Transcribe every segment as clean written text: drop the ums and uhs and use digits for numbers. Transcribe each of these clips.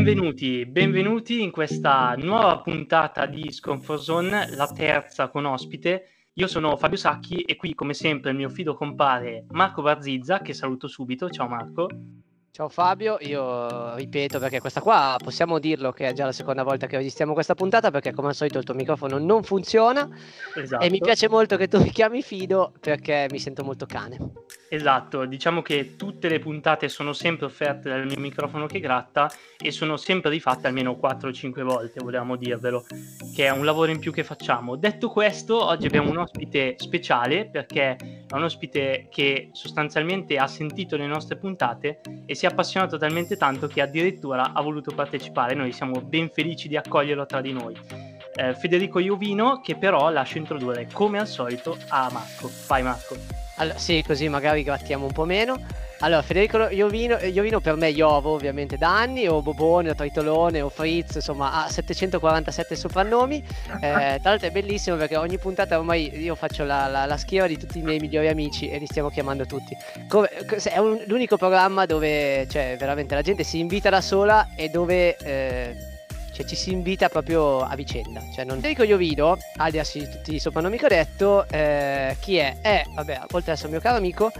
Benvenuti in questa nuova puntata di Scomfort Zone, la terza con ospite. Io sono Fabio Sacchi e qui come sempre il mio fido compare Marco Barzizza, che saluto subito. Ciao Marco. Ciao Fabio, io ripeto perché questa qua possiamo dirlo che è già la seconda volta che registriamo questa puntata, perché come al solito il tuo microfono non funziona. Esatto. E mi piace molto che tu mi chiami Fido perché mi sento molto cane. Esatto, diciamo che tutte le puntate sono sempre offerte dal mio microfono che gratta e sono sempre rifatte almeno 4 o 5 volte, volevamo dirvelo, che è un lavoro in più che facciamo. Detto questo, oggi abbiamo un ospite speciale perché è un ospite che sostanzialmente ha sentito le nostre puntate e si è appassionato talmente tanto che addirittura ha voluto partecipare. Noi siamo ben felici di accoglierlo tra di noi. Federico Iovino, che però lascio introdurre come al solito a Marco. Vai Marco. Allora, sì, così magari grattiamo un po' meno. Allora, Federico Iovino per me Iovo ovviamente da anni, o Bobone, o Tritolone, o Fritz, insomma ha 747 soprannomi. Tra l'altro è bellissimo perché ogni puntata ormai io faccio la schiera di tutti i miei migliori amici e li stiamo chiamando tutti. È l'unico programma dove veramente la gente si invita da sola e dove ci si invita proprio a vicenda. Federico Iovino, alias tutti i soprannomi che ho detto, chi è? Vabbè, oltre ad essere un mio caro amico,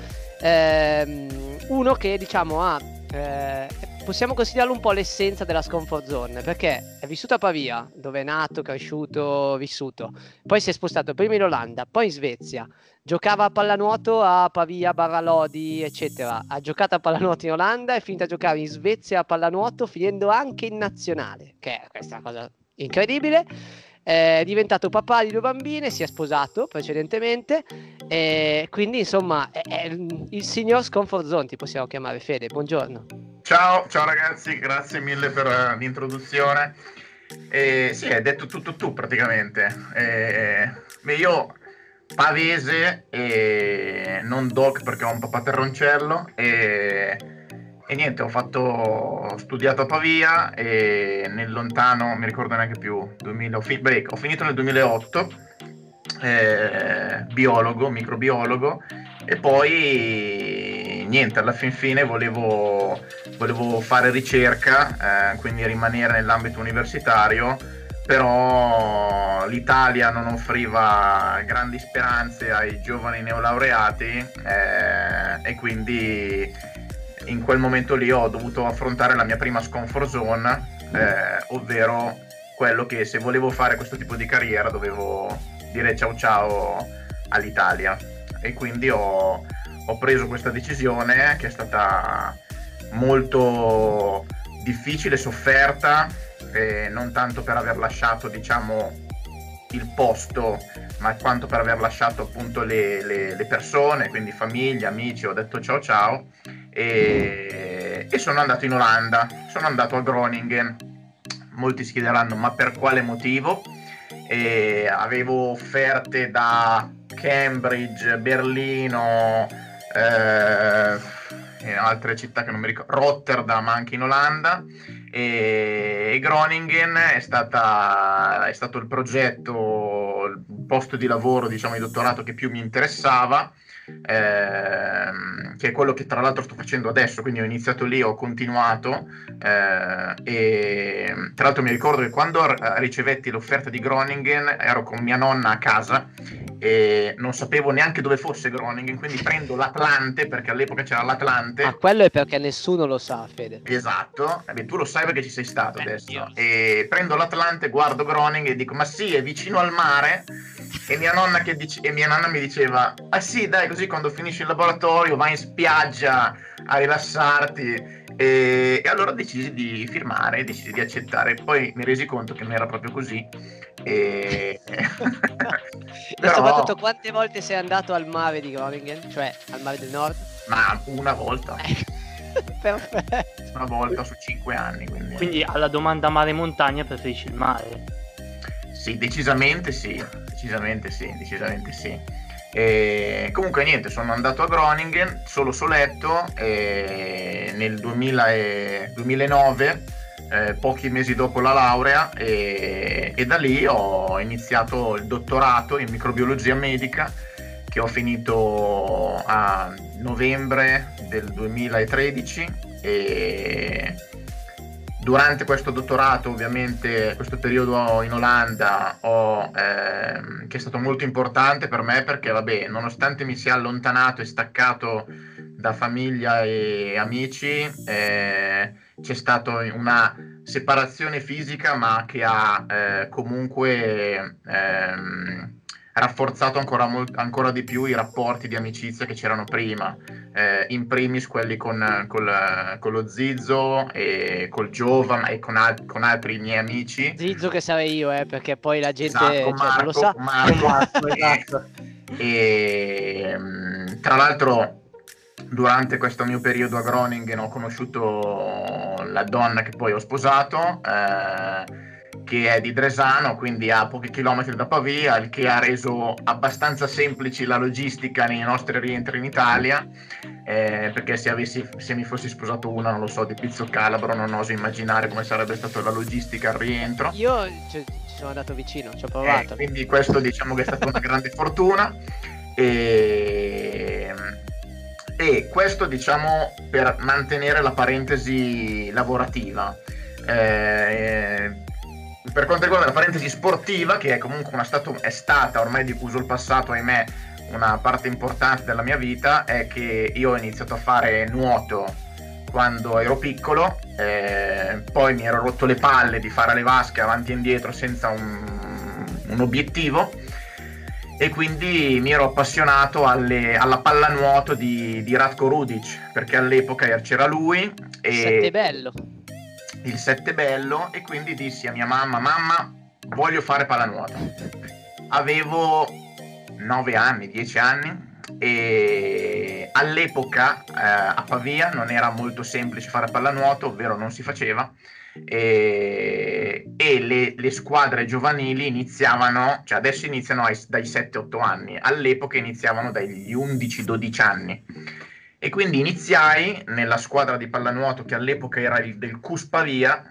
uno che diciamo ha possiamo considerarlo un po' l'essenza della Scomfort Zone, perché è vissuto a Pavia, dove è nato, cresciuto, vissuto, poi si è spostato prima in Olanda, poi in Svezia, giocava a pallanuoto a Pavia, Lodi, eccetera, ha giocato a pallanuoto in Olanda, è finito a giocare in Svezia a pallanuoto, finendo anche in nazionale, che è questa cosa incredibile. È diventato papà di 2 bambine, si è sposato precedentemente e quindi insomma è il signor Scomfort Zone, ti possiamo chiamare. Fede, buongiorno. Ciao ragazzi, grazie mille per l'introduzione. Sì, hai detto tutto tu praticamente. Io pavese e non doc perché ho un papà terroncello e niente, ho studiato a Pavia e nel lontano, non mi ricordo neanche più, ho finito nel 2008, microbiologo, e poi niente, alla fine volevo fare ricerca, quindi rimanere nell'ambito universitario, però l'Italia non offriva grandi speranze ai giovani neolaureati e quindi in quel momento lì ho dovuto affrontare la mia prima Scomfort Zone, ovvero quello che se volevo fare questo tipo di carriera dovevo dire ciao all'Italia, e quindi ho preso questa decisione che è stata molto difficile, sofferta, non tanto per aver lasciato diciamo il posto, ma quanto per aver lasciato appunto le persone, quindi famiglia, amici. Ho detto ciao e sono andato in Olanda, sono andato a Groningen. Molti si chiederanno ma per quale motivo? Avevo offerte da Cambridge, Berlino, altre città che non mi ricordo, Rotterdam anche in Olanda, e Groningen è stato il progetto, il posto di lavoro diciamo di dottorato che più mi interessava, che è quello che tra l'altro sto facendo adesso, quindi ho iniziato lì, ho continuato, e tra l'altro mi ricordo che quando ricevetti l'offerta di Groningen ero con mia nonna a casa e non sapevo neanche dove fosse Groningen, quindi prendo l'Atlante, perché all'epoca c'era l'Atlante. Ma quello è perché nessuno lo sa, Fede. Esatto, tu lo sai perché ci sei stato adesso. E prendo l'Atlante, guardo Groningen e dico ma sì, è vicino al mare. E mia nonna mi diceva ah sì dai, così quando finisci il laboratorio vai in spiaggia a rilassarti, e allora decisi di firmare, decisi di accettare. Poi mi resi conto che non era proprio così e Però... soprattutto quante volte sei andato al mare di Groningen, cioè al mare del nord? Ma una volta. Perfetto. Una volta su 5 anni, quindi alla domanda mare e montagna preferisci il mare? Sì, decisamente sì. E comunque niente, sono andato a Groningen solo soletto nel 2009, pochi mesi dopo la laurea, e da lì ho iniziato il dottorato in microbiologia medica, che ho finito a novembre del 2013, Durante questo dottorato, ovviamente, questo periodo in Olanda, che è stato molto importante per me perché, vabbè, nonostante mi sia allontanato e staccato da famiglia e amici, c'è stata una separazione fisica, ma che ha comunque rafforzato ancora di più i rapporti di amicizia che c'erano prima, in primis quelli con lo Zizzo e col Giovan e con altri miei amici. Zizzo che sarei io, perché poi la gente Esatto, non lo sa. Marco, esatto. E tra l'altro durante questo mio periodo a Groningen ho conosciuto la donna che poi ho sposato, che è di Dresano, quindi a pochi chilometri da Pavia, il che ha reso abbastanza semplici la logistica nei nostri rientri in Italia, perché se mi fossi sposato una, non lo so, di Pizzo Calabro, non oso immaginare come sarebbe stata la logistica al rientro. Io ci sono andato vicino, ci ho provato. Quindi questo diciamo che è stata una grande fortuna, e questo diciamo per mantenere la parentesi lavorativa. Per quanto riguarda la parentesi sportiva, che è comunque è stata ormai diffuso il passato, ahimè, una parte importante della mia vita, è che io ho iniziato a fare nuoto quando ero piccolo, poi mi ero rotto le palle di fare le vasche avanti e indietro senza un obiettivo, e quindi mi ero appassionato alla pallanuoto di Ratko Rudic, perché all'epoca c'era lui e il Sette Bello, e quindi dissi a mia mamma, voglio fare pallanuoto. Avevo 10 anni, e all'epoca a Pavia non era molto semplice fare pallanuoto, ovvero non si faceva, e le squadre giovanili iniziavano, cioè adesso iniziano dai 7-8 anni, all'epoca iniziavano dagli 11-12 anni. E quindi iniziai nella squadra di pallanuoto che all'epoca era del CUS Pavia,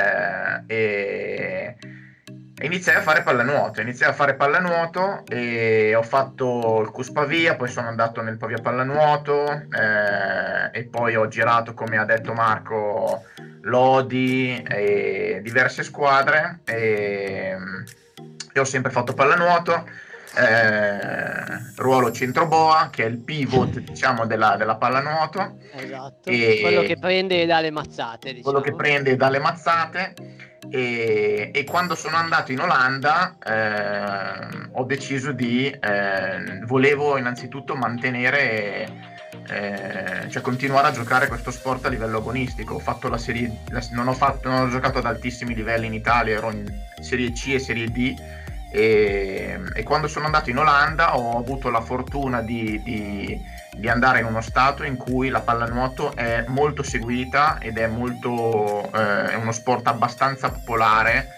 e iniziai a fare pallanuoto e ho fatto il CUS Pavia, poi sono andato nel Pavia Pallanuoto, e poi ho girato, come ha detto Marco, Lodi e diverse squadre, e ho sempre fatto pallanuoto. Ruolo centroboa, che è il pivot diciamo della pallanuoto, esatto, quello che prende e dà le mazzate, diciamo. E quando sono andato in Olanda ho deciso volevo innanzitutto mantenere, cioè continuare a giocare questo sport a livello agonistico. Ho fatto non ho giocato ad altissimi livelli in Italia, ero in Serie C e Serie D, e quando sono andato in Olanda ho avuto la fortuna di andare in uno stato in cui la pallanuoto è molto seguita ed è uno sport abbastanza popolare,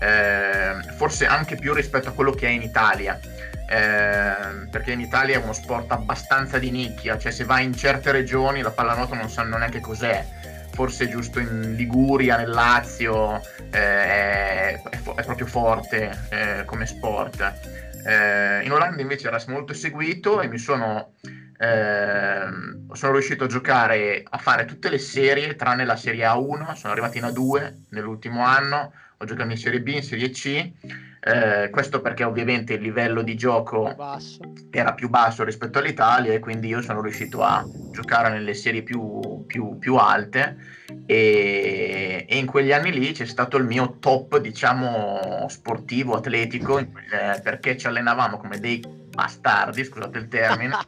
forse anche più rispetto a quello che è in Italia, perché in Italia è uno sport abbastanza di nicchia, cioè se vai in certe regioni la pallanuoto non sanno neanche cos'è. Forse giusto in Liguria, nel Lazio è proprio forte come sport. In Olanda invece era molto seguito, e sono riuscito a giocare, a fare tutte le serie tranne la Serie A1. Sono arrivato in A2 nell'ultimo anno, ho giocato in Serie B, in Serie C, questo perché ovviamente il livello di gioco era più basso rispetto all'Italia, e quindi io sono riuscito a giocare nelle serie più alte, e in quegli anni lì c'è stato il mio top diciamo sportivo, atletico, perché ci allenavamo come dei bastardi, scusate il termine.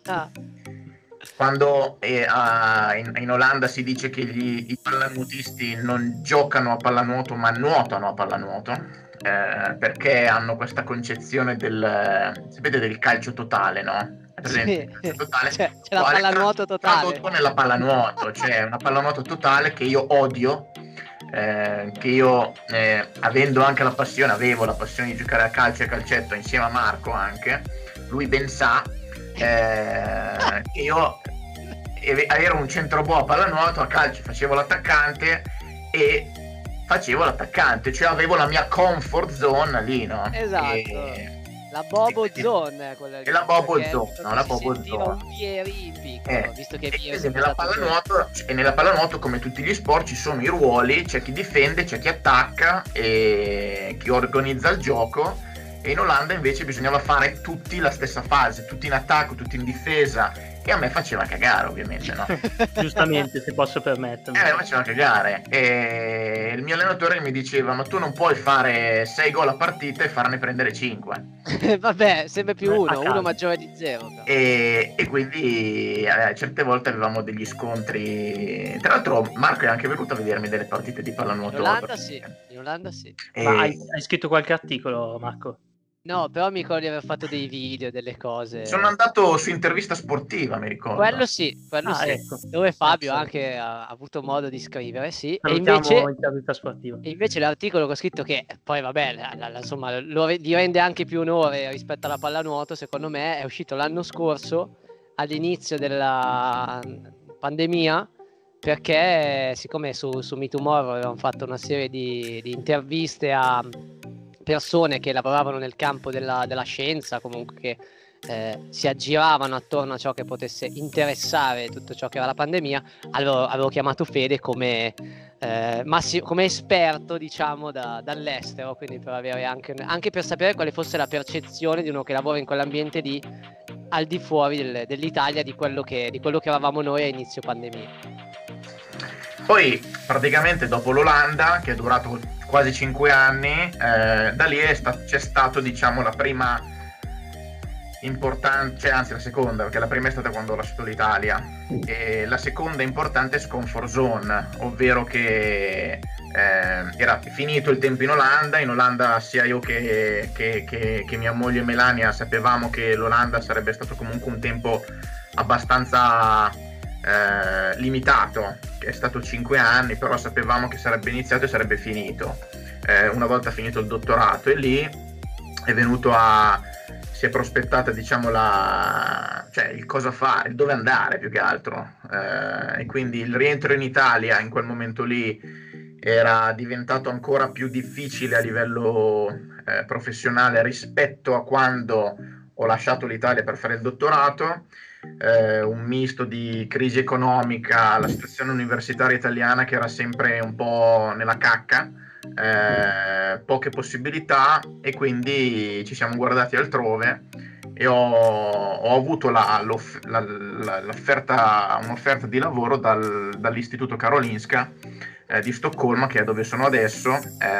Quando in Olanda si dice che i pallanuotisti non giocano a pallanuoto ma nuotano a pallanuoto, perché hanno questa concezione del calcio totale, no? Sì, totale, c'è la pallanuoto totale. Nella pallanuoto, cioè una pallanuoto totale che io odio, che io avevo la passione di giocare a calcio e a calcetto insieme a Marco, anche lui ben sa, che io ero un centroboa a pallanuoto, a calcio facevo l'attaccante, cioè avevo la mia comfort zone lì, no? Esatto. La Bobo Zone, quella e la Bobo Zone, no, la si Bobo sentiva Zone. un Vieri in piccolo, visto che Vieri E nella pallanuoto, come tutti gli sport, ci sono i ruoli, c'è chi difende, c'è chi attacca e chi organizza il gioco. E in Olanda invece bisognava fare tutti la stessa fase, tutti in attacco, tutti in difesa, e a me faceva cagare, ovviamente, no? Giustamente, se posso permettermi. A me faceva cagare, e il mio allenatore mi diceva: ma tu non puoi fare 6 gol a partita e farne prendere 5. Vabbè, sempre più A uno caso. maggiore di 0. E quindi certe volte avevamo degli scontri. Tra l'altro Marco è anche venuto a vedermi delle partite di pallanuoto. In Olanda sì. Ma hai scritto qualche articolo, Marco? No, però mi ricordo di aver fatto dei video, delle cose. Sono andato su Intervista Sportiva, mi ricordo. Quello sì. Ecco. Dove Fabio anche ha avuto modo di scrivere, sì. Salutiamo Intervista Sportiva. E invece l'articolo che ho scritto, che poi vabbè, insomma, gli rende anche più onore rispetto alla pallanuoto, secondo me, è uscito l'anno scorso, all'inizio della pandemia, perché siccome su Me Tomorrow avevamo fatto una serie di interviste a persone che lavoravano nel campo della scienza, comunque che si aggiravano attorno a ciò che potesse interessare tutto ciò che era la pandemia, allora avevo chiamato Fede come esperto, diciamo, dall'estero, quindi per avere anche per sapere quale fosse la percezione di uno che lavora in quell'ambiente lì, al di fuori dell'Italia, di quello che eravamo noi a inizio pandemia. Poi praticamente dopo l'Olanda, che è durato quasi 5 anni, da lì c'è stato, diciamo, la prima importante, cioè anzi la seconda, perché la prima è stata quando ho lasciato l'Italia, e la seconda importante è Comfort Zone, ovvero che era finito il tempo in Olanda sia io che mia moglie Melania sapevamo che l'Olanda sarebbe stato comunque un tempo abbastanza limitato, che è stato 5 anni, però sapevamo che sarebbe iniziato e sarebbe finito una volta finito il dottorato, e lì è venuto si è prospettata, diciamo, cioè il cosa fare, il dove andare più che altro, e quindi il rientro in Italia in quel momento lì era diventato ancora più difficile a livello professionale rispetto a quando ho lasciato l'Italia per fare il dottorato. Un misto di crisi economica, la situazione universitaria italiana che era sempre un po' nella cacca, poche possibilità, e quindi ci siamo guardati altrove e ho avuto un'offerta di lavoro dall'Istituto Karolinska di Stoccolma, che è dove sono adesso,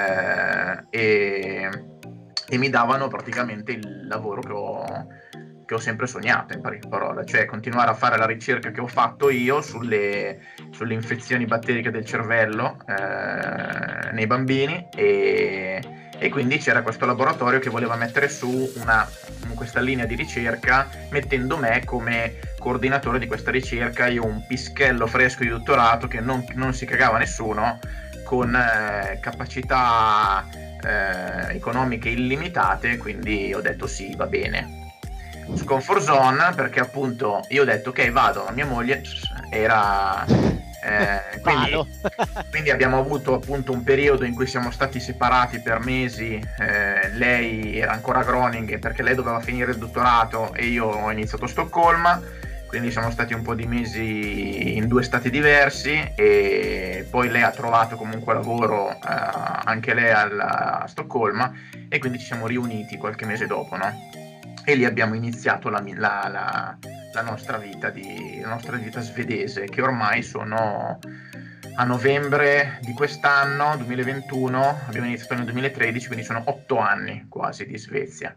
e mi davano praticamente il lavoro che ho sempre sognato, in parole, cioè continuare a fare la ricerca che ho fatto io sulle infezioni batteriche del cervello nei bambini, e quindi c'era questo laboratorio che voleva mettere su questa linea di ricerca, mettendo me come coordinatore di questa ricerca, io un pischello fresco di dottorato che non si cagava nessuno, con capacità economiche illimitate, quindi ho detto sì, va bene. Su Comfort Zone, perché appunto io ho detto ok, vado, mia moglie era quindi abbiamo avuto appunto un periodo in cui siamo stati separati per mesi, lei era ancora a Groningen perché lei doveva finire il dottorato e io ho iniziato a Stoccolma, quindi siamo stati un po' di mesi in 2 stati diversi, e poi lei ha trovato comunque lavoro anche lei a Stoccolma, e quindi ci siamo riuniti qualche mese dopo, no? E lì abbiamo iniziato la nostra vita svedese, che ormai sono a novembre di quest'anno 2021, abbiamo iniziato nel 2013, quindi sono 8 anni quasi di Svezia.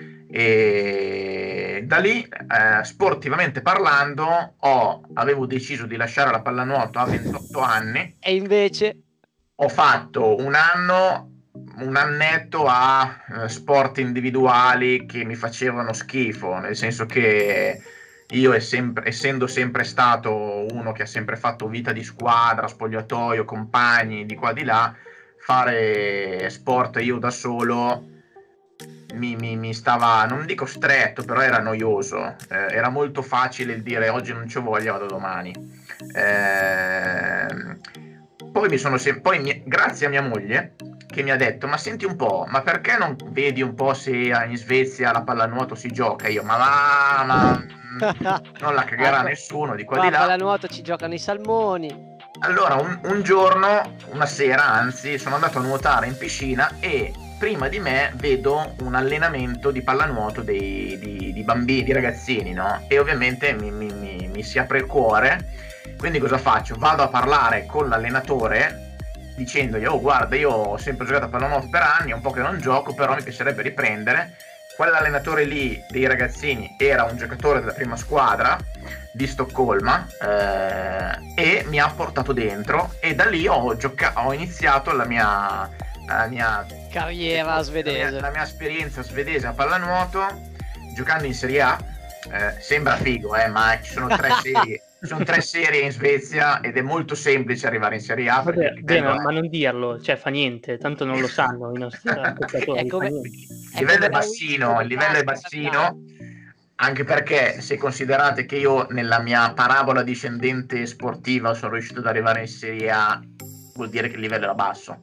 E da lì sportivamente parlando avevo deciso di lasciare la pallanuoto a 28 anni, e invece ho fatto un annetto a sport individuali che mi facevano schifo, nel senso che io essendo sempre stato uno che ha sempre fatto vita di squadra, spogliatoio, compagni di qua di là, fare sport io da solo mi stava, non dico stretto, però era noioso, era molto facile il dire oggi non c'ho voglia, vado domani. Poi grazie a mia moglie, che mi ha detto: ma senti un po', ma perché non vedi un po' se in Svezia la pallanuoto si gioca? Io, ma non la cagherà nessuno di qua Qua di a là. pallanuoto ci giocano i salmoni. Allora un giorno, una sera anzi, sono andato a nuotare in piscina e prima di me vedo un allenamento di pallanuoto di bambini, di ragazzini, no? E ovviamente mi si apre il cuore. Quindi cosa faccio? Vado a parlare con l'allenatore dicendogli: oh guarda, io ho sempre giocato a pallanuoto per anni, è un po' che non gioco, però mi piacerebbe riprendere. Quell'allenatore lì dei ragazzini era un giocatore della prima squadra di Stoccolma, e mi ha portato dentro, e da lì ho iniziato la mia Carriera svedese. la mia esperienza svedese a pallanuoto, giocando in Serie A. Sembra figo, ma ci sono 3 serie. Ci sono 3 serie in Svezia ed è molto semplice arrivare in Serie A. Vabbè, ma non dirlo, cioè fa niente, tanto non lo sanno i nostri ascoltatori. Il livello è bassino, il livello è bassino, anche perché se considerate che io nella mia parabola discendente sportiva sono riuscito ad arrivare in Serie A, vuol dire che il livello era basso.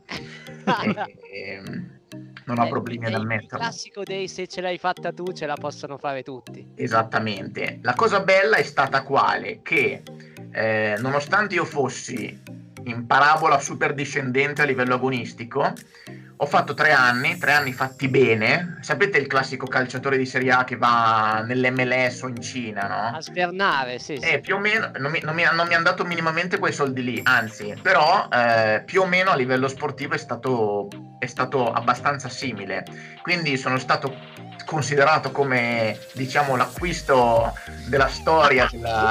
Non ho problemi ad ammetterlo. Il classico dei se ce l'hai fatta tu ce la possono fare tutti. Esattamente. La cosa bella è stata quale? Che nonostante io fossi in parabola super discendente a livello agonistico, ho fatto 3 anni fatti bene. Sapete il classico calciatore di Serie A che va nell'MLS o in Cina, no? A svernare, sì. Più o meno, non mi hanno dato minimamente quei soldi lì, anzi, però più o meno a livello sportivo è stato abbastanza simile. Quindi sono stato considerato come, diciamo, l'acquisto della storia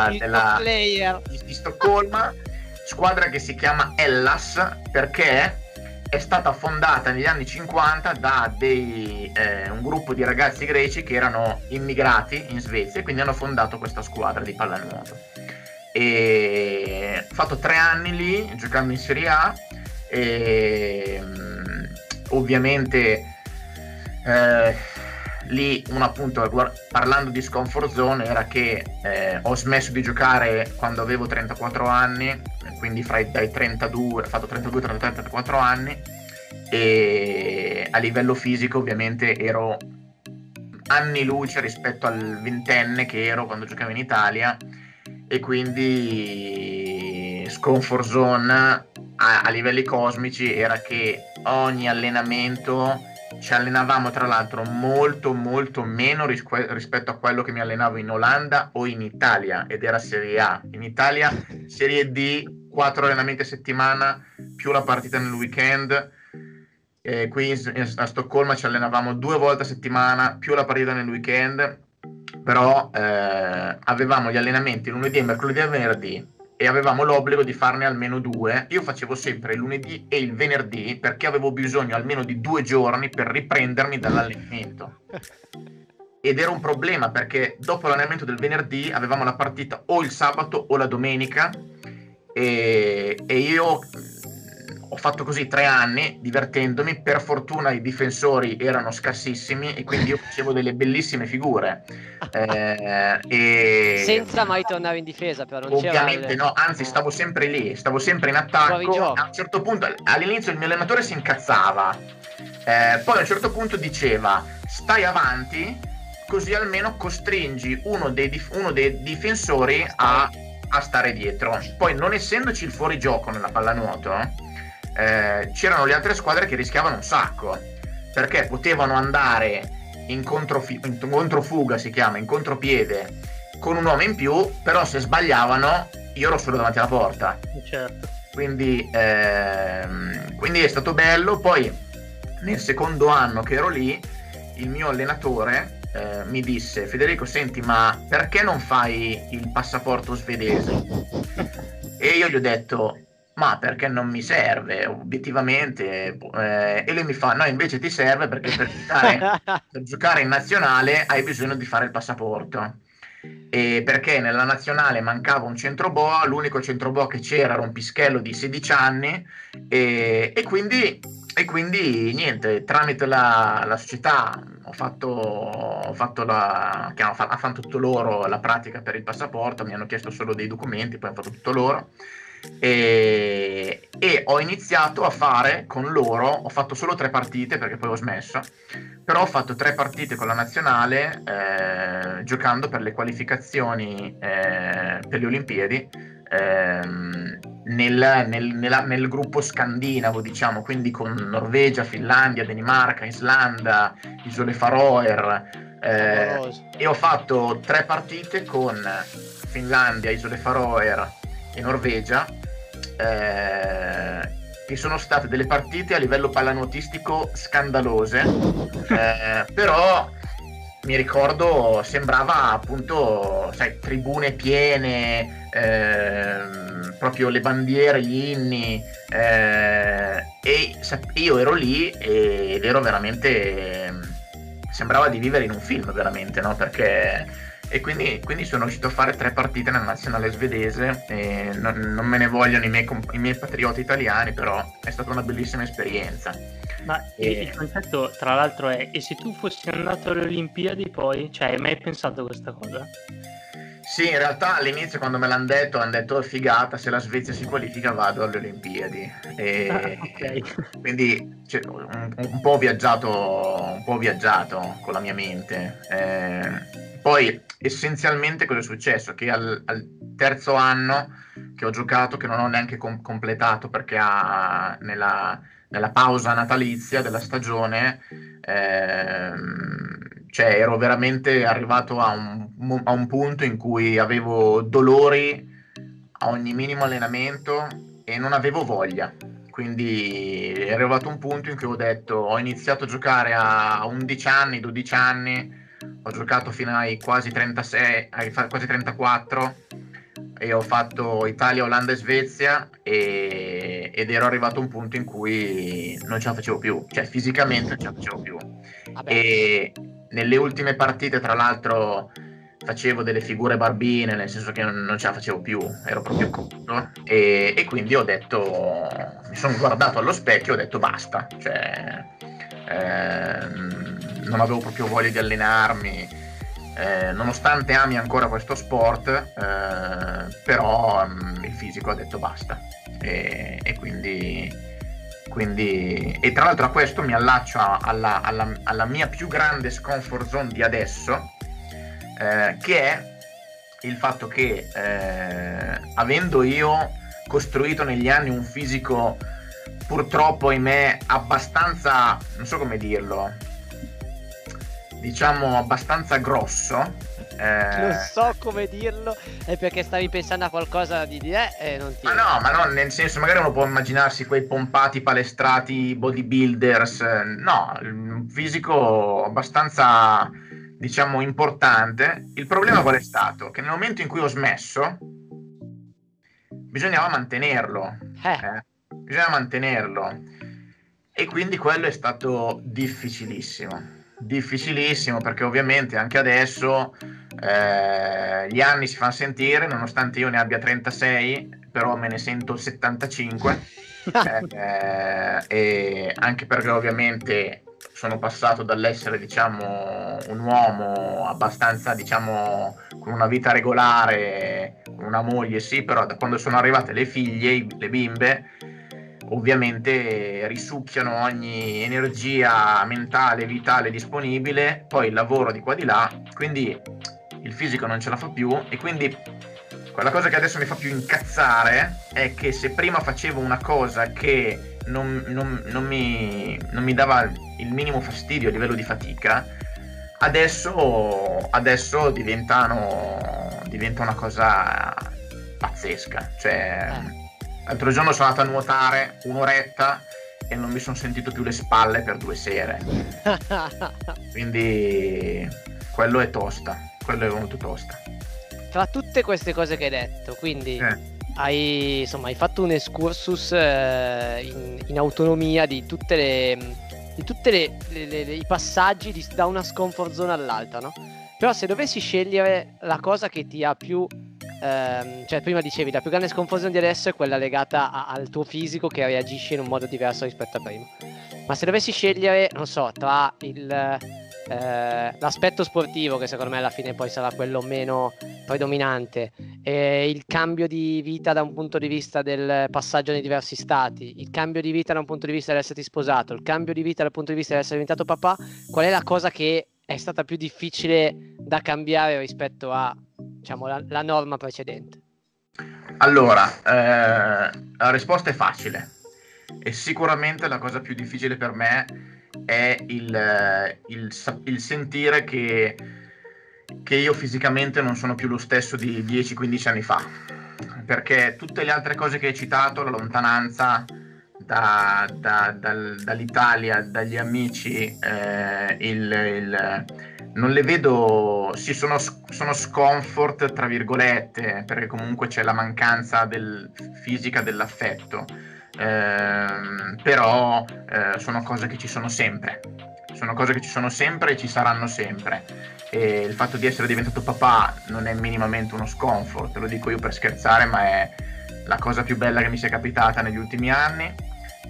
di Stoccolma, squadra che si chiama Hellas perché è stata fondata negli anni 50 da un gruppo di ragazzi greci che erano immigrati in Svezia e quindi hanno fondato questa squadra di pallanuoto. E ho fatto 3 anni lì giocando in Serie A e ovviamente lì uno appunto parlando di comfort zone era che ho smesso di giocare quando avevo 34 anni, quindi dai 32, ho fatto 32, 33, 34 anni, e a livello fisico ovviamente ero anni luce rispetto al ventenne che ero quando giocavo in Italia, e quindi comfort zone a livelli cosmici era che ogni allenamento ci allenavamo tra l'altro molto molto meno rispetto a quello che mi allenavo in Olanda o in Italia, ed era Serie A. In Italia Serie D, 4 allenamenti a settimana più la partita nel weekend. Qui a Stoccolma ci allenavamo 2 volte a settimana più la partita nel weekend, però avevamo gli allenamenti lunedì, mercoledì e venerdì e avevamo l'obbligo di farne almeno 2. Io facevo sempre il lunedì e il venerdì perché avevo bisogno almeno di 2 giorni per riprendermi dall'allenamento. Ed era un problema perché dopo l'allenamento del venerdì avevamo la partita o il sabato o la domenica, e io ho fatto così 3 anni divertendomi. Per fortuna i difensori erano scarsissimi e quindi io facevo delle bellissime figure, e senza mai tornare in difesa, però non ovviamente c'era no, anzi stavo sempre lì, stavo sempre in attacco. A un certo punto all'inizio il mio allenatore si incazzava, poi a un certo punto diceva: stai avanti così almeno costringi uno dei difensori a stare dietro. Poi, non essendoci il fuorigioco nella pallanuoto, c'erano le altre squadre che rischiavano un sacco perché potevano andare in controfuga, si chiama, in contropiede, con un uomo in più, però se sbagliavano io ero solo davanti alla porta. Certo. Quindi è stato bello. Poi nel secondo anno che ero lì il mio allenatore mi disse: Federico, senti, ma perché non fai il passaporto svedese? E io gli ho detto: ma perché non mi serve obiettivamente, e lui mi fa: no, invece ti serve perché per giocare in nazionale hai bisogno di fare il passaporto, e perché nella nazionale mancava un centroboa, l'unico centroboa che c'era era un pischello di 16 anni, e quindi niente, tramite la società ha fatto tutto loro la pratica per il passaporto, mi hanno chiesto solo dei documenti, poi hanno fatto tutto loro. e ho iniziato a fare con loro, ho fatto solo 3 partite perché poi ho smesso, però ho fatto 3 partite con la nazionale giocando per le qualificazioni per le Olimpiadi nel gruppo scandinavo, diciamo, quindi con Norvegia, Finlandia, Danimarca, Islanda, Isole Faroe, e ho fatto 3 partite con Finlandia, Isole Faroe e Norvegia, che sono state delle partite a livello pallanuotistico scandalose, però mi ricordo sembrava appunto, sai, tribune piene, proprio le bandiere, gli inni, e io ero lì ed ero veramente, sembrava di vivere in un film veramente, no? Perché e quindi sono riuscito a fare 3 partite nella nazionale svedese e non me ne vogliono i miei patrioti italiani, però è stata una bellissima esperienza. Ma il concetto, tra l'altro, è: e se tu fossi andato alle Olimpiadi poi? Cioè, hai mai pensato a questa cosa? Sì, in realtà all'inizio quando me l'hanno detto figata, se la Svezia si qualifica vado alle Olimpiadi. Ok. Quindi un po' ho viaggiato con la mia mente. Poi essenzialmente cosa è successo? Che al terzo anno che ho giocato, che non ho neanche completato perché nella pausa natalizia della stagione, cioè ero veramente arrivato a un punto in cui avevo dolori a ogni minimo allenamento e non avevo voglia. Quindi ero arrivato a un punto in cui ho iniziato a giocare a 11 anni, 12 anni, ho giocato fino ai quasi 36, quasi 34, e ho fatto Italia, Olanda e Svezia, ed ero arrivato a un punto in cui non ce la facevo più, cioè fisicamente non ce la facevo più. E nelle ultime partite, tra l'altro, facevo delle figure barbine, nel senso che non ce la facevo più, ero proprio cotto, e quindi ho detto, mi sono guardato allo specchio e ho detto basta, cioè non avevo proprio voglia di allenarmi, nonostante ami ancora questo sport, però il fisico ha detto basta, e quindi e tra l'altro a questo mi allaccio alla mia più grande comfort zone di adesso, che è il fatto che avendo io costruito negli anni un fisico purtroppo, ahimè, abbastanza, non so come dirlo, diciamo abbastanza grosso, non so come dirlo, è perché stavi pensando a qualcosa di non ti... ma no, nel senso, magari uno può immaginarsi quei pompati palestrati bodybuilders, no, un fisico abbastanza, diciamo, importante. Il problema qual è stato? Che nel momento in cui ho smesso bisognava mantenerlo, e quindi quello è stato difficilissimo, perché ovviamente anche adesso gli anni si fanno sentire, nonostante io ne abbia 36, però me ne sento 75, e anche perché ovviamente sono passato dall'essere, diciamo, un uomo abbastanza, diciamo, con una vita regolare, con una moglie, sì, però da quando sono arrivate le figlie, le bimbe, ovviamente risucchiano ogni energia mentale, vitale disponibile, poi il lavoro di qua di là, quindi il fisico non ce la fa più, e quindi quella cosa che adesso mi fa più incazzare è che se prima facevo una cosa che non mi dava il minimo fastidio a livello di fatica, adesso diventa una cosa pazzesca. Cioè, l'altro giorno sono andato a nuotare un'oretta e non mi sono sentito più le spalle per 2 sere. Quindi quello è molto tosta. Tra tutte queste cose che hai detto, quindi hai fatto un excursus in autonomia di tutte i passaggi da una comfort zone all'altra, no? Però se dovessi scegliere la cosa che ti ha più cioè prima dicevi la più grande comfort zone di adesso è quella legata al tuo fisico che reagisce in un modo diverso rispetto a prima, ma se dovessi scegliere, non so, tra l'aspetto sportivo, che secondo me alla fine poi sarà quello meno predominante, il cambio di vita da un punto di vista del passaggio nei diversi stati, il cambio di vita da un punto di vista dell'esserti sposato, il cambio di vita dal punto di vista dell'essere diventato papà, qual è la cosa che è stata più difficile da cambiare rispetto a, diciamo, la norma precedente? Allora, la risposta è facile e sicuramente la cosa più difficile per me è il sentire che io fisicamente non sono più lo stesso di 10-15 anni fa, perché tutte le altre cose che hai citato, la lontananza dall'Italia, dagli amici, non le vedo, sì, sono scomfort tra virgolette, perché comunque c'è la mancanza fisica dell'affetto, però sono cose che ci sono sempre, e ci saranno sempre, e il fatto di essere diventato papà non è minimamente uno scomfort, lo dico io per scherzare, ma è la cosa più bella che mi sia capitata negli ultimi anni.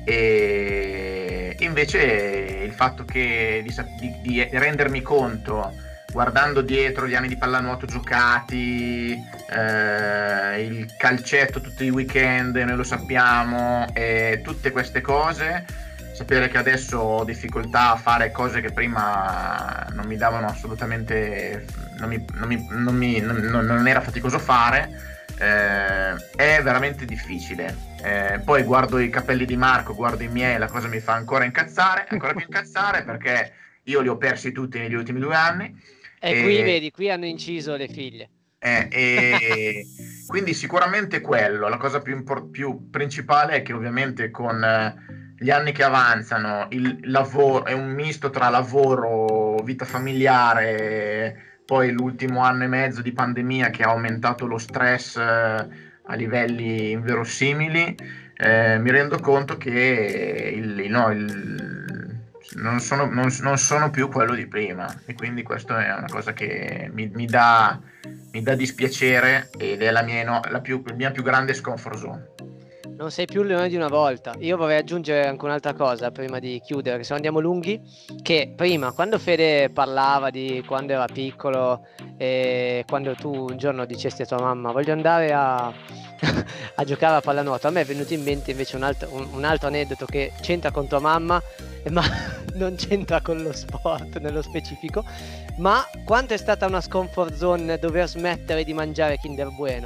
E invece il fatto di rendermi conto, guardando dietro gli anni di pallanuoto giocati, il calcetto tutti i weekend, noi lo sappiamo, e tutte queste cose, sapere che adesso ho difficoltà a fare cose che prima non mi davano assolutamente, non era faticoso fare, è veramente difficile. Poi guardo i capelli di Marco, guardo i miei, la cosa mi fa ancora più incazzare, perché io li ho persi tutti negli ultimi 2 anni. E qui vedi, qui hanno inciso le figlie. E quindi sicuramente quello, la cosa più principale è che ovviamente con gli anni che avanzano il lavoro è un misto tra lavoro, vita familiare, poi l'ultimo anno e mezzo di pandemia che ha aumentato lo stress a livelli inverosimili, mi rendo conto che non sono più quello di prima, e quindi questo è una cosa che mi dà dispiacere, ed è la mia più grande comfort zone. Non sei più il leone di una volta. Io vorrei aggiungere anche un'altra cosa prima di chiudere, che se no andiamo lunghi, che prima, quando Fede parlava di quando era piccolo e quando tu un giorno dicesti a tua mamma voglio andare a giocare a pallanuoto, a me è venuto in mente invece un altro aneddoto che c'entra con tua mamma, ma non c'entra con lo sport nello specifico. Ma quanto è stata una comfort zone dover smettere di mangiare Kinder Bueno?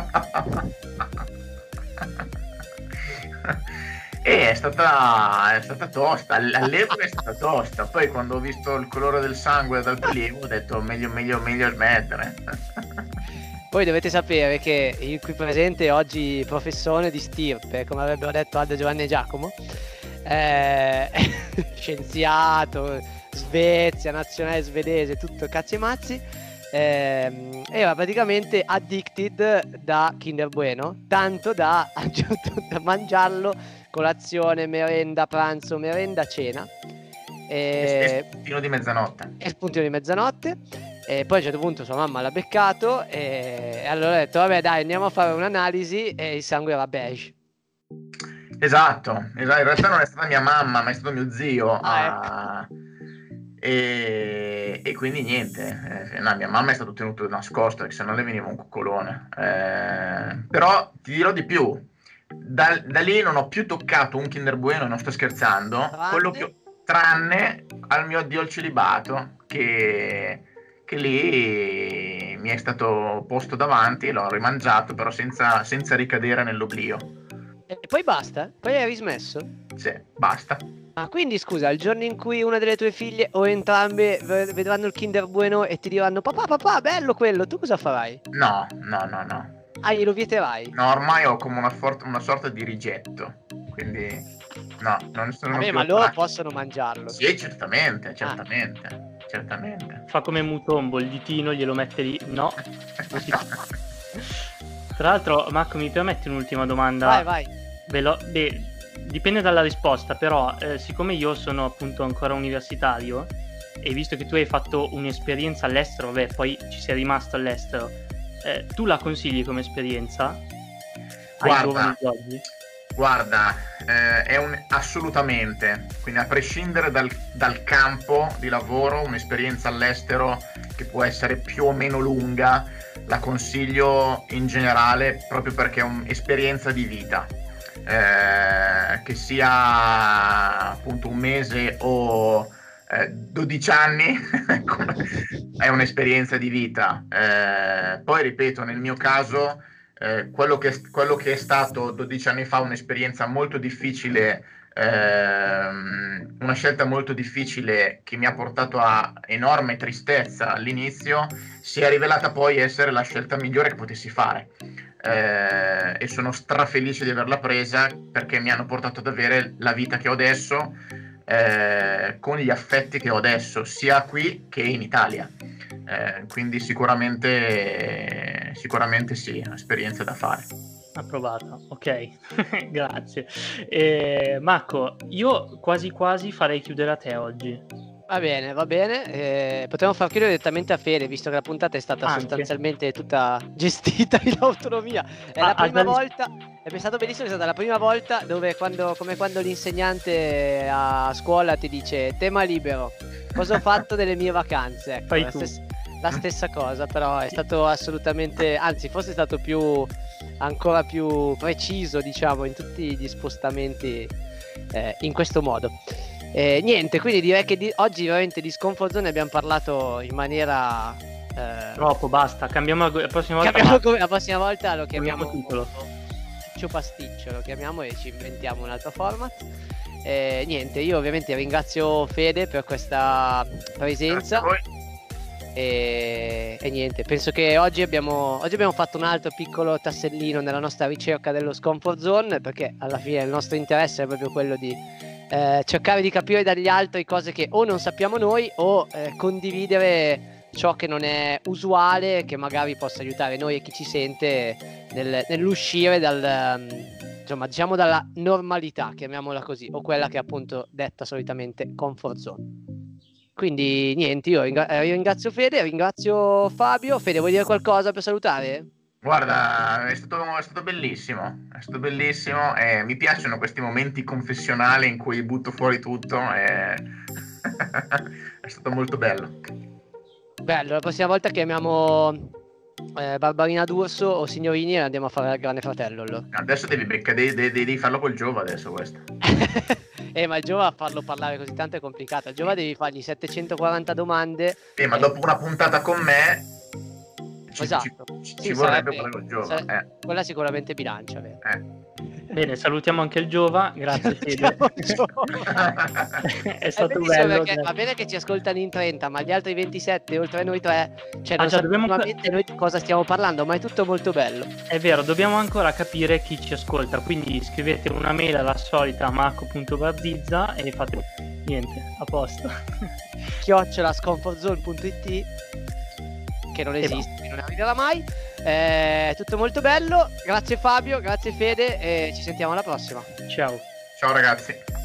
È stata tosta, all'epoca è stata tosta, poi quando ho visto il colore del sangue dal prelievo ho detto meglio smettere. Poi dovete sapere che il qui presente oggi professore di stirpe, come avrebbero detto Aldo, Giovanni e Giacomo, scienziato, Svezia, nazionale svedese, tutto cazzi e mazzi, era praticamente addicted da Kinder Bueno, tanto da mangiarlo colazione, merenda, pranzo, merenda, cena, e spuntino di mezzanotte. E poi a un certo punto sua mamma l'ha beccato e allora ha detto vabbè dai, andiamo a fare un'analisi, e il sangue era beige. Esatto, in realtà non è stata mia mamma, ma è stato mio zio. E quindi niente, no, mia mamma è stato tenuto nascosto, perché se no le veniva un coccolone. Però ti dirò di più, da lì non ho più toccato un Kinder Bueno, non sto scherzando, tranne al mio addio al celibato, che lì mi è stato posto davanti e l'ho rimangiato, però senza ricadere nell'oblio. E poi basta? Poi hai rismesso? Sì, basta. Ma quindi scusa, il giorno in cui una delle tue figlie o entrambe vedranno il Kinder Bueno e ti diranno papà, bello quello, tu cosa farai? No. Ah, glielo vieterai? No, ormai ho come una sorta di rigetto, quindi no, non sono più. Ma loro possono mangiarlo? Sì, certamente. Fa come Mutombo, il ditino glielo mette lì, no? Tra l'altro, Marco, mi permetti un'ultima domanda? Vai. Dipende dalla risposta, però siccome io sono appunto ancora universitario, e visto che tu hai fatto un'esperienza all'estero, poi ci sei rimasto all'estero, tu la consigli come esperienza ai giovani di oggi? Guarda, assolutamente, quindi a prescindere dal campo di lavoro, un'esperienza all'estero che può essere più o meno lunga, la consiglio in generale proprio perché è un'esperienza di vita, che sia appunto un mese o 12 anni, è un'esperienza di vita. Poi ripeto, nel mio caso, quello che è stato 12 anni fa un'esperienza molto difficile, una scelta molto difficile che mi ha portato a enorme tristezza all'inizio, si è rivelata poi essere la scelta migliore che potessi fare. E sono strafelice di averla presa perché mi hanno portato ad avere la vita che ho adesso, con gli affetti che ho adesso, sia qui che in Italia. Quindi sicuramente sì, è un'esperienza da fare. Approvata, ok. Grazie. Marco, io quasi quasi farei chiudere a te oggi. Va bene, va bene. Potremmo far chiudere direttamente a Fede, visto che la puntata è stata sostanzialmente tutta gestita in autonomia. È la prima volta, è stato bellissimo, è stata la prima volta dove come quando l'insegnante a scuola ti dice tema libero, cosa ho fatto delle mie vacanze. Ecco, la stessa cosa, però è stato assolutamente, anzi forse è stato ancora più preciso, diciamo, in tutti gli spostamenti in questo modo. Niente, quindi direi che oggi veramente di Scomfort Zone abbiamo parlato in maniera troppo, basta, cambiamo la prossima volta. La prossima volta lo chiamiamo Ciccio Pasticcio, lo chiamiamo e ci inventiamo un altro format. Niente, io ovviamente ringrazio Fede per questa presenza. E niente, penso che oggi abbiamo fatto un altro piccolo tassellino nella nostra ricerca dello Scomfort Zone, perché alla fine il nostro interesse è proprio quello di cercare di capire dagli altri cose che o non sappiamo noi o condividere ciò che non è usuale, che magari possa aiutare noi e chi ci sente nell'uscire diciamo dalla normalità, chiamiamola così, o quella che è appunto detta solitamente comfort zone. Quindi niente, io ringrazio Fede, ringrazio Fabio. Fede, vuoi dire qualcosa per salutare? Guarda, è stato bellissimo, e mi piacciono questi momenti confessionali in cui butto fuori tutto, è stato molto bello. Bello, la prossima volta chiamiamo Barbarina D'Urso o Signorini e andiamo a fare il Grande Fratello allora. Adesso devi farlo col Giova adesso questo. Ma il Giova farlo parlare così tanto è complicato. Il Giova devi fargli 740 domande. Ma dopo una puntata con me esatto. Ci vorrebbe quella col Giova. Quella sicuramente bilancia, vero? Bene, salutiamo anche il Giova. Grazie Fede. È stato bello. Va bene che ci ascoltano in 30, ma gli altri 27, oltre a noi tre, non sappiamo noi di cosa stiamo parlando, ma è tutto molto bello. È vero, dobbiamo ancora capire chi ci ascolta, quindi scrivete una mail alla solita marco.bardizza e fate niente, a posto. @scomfortzone.it, che non esiste, non arriverà mai. Tutto molto bello. Grazie Fabio, grazie Fede e ci sentiamo alla prossima. Ciao ragazzi.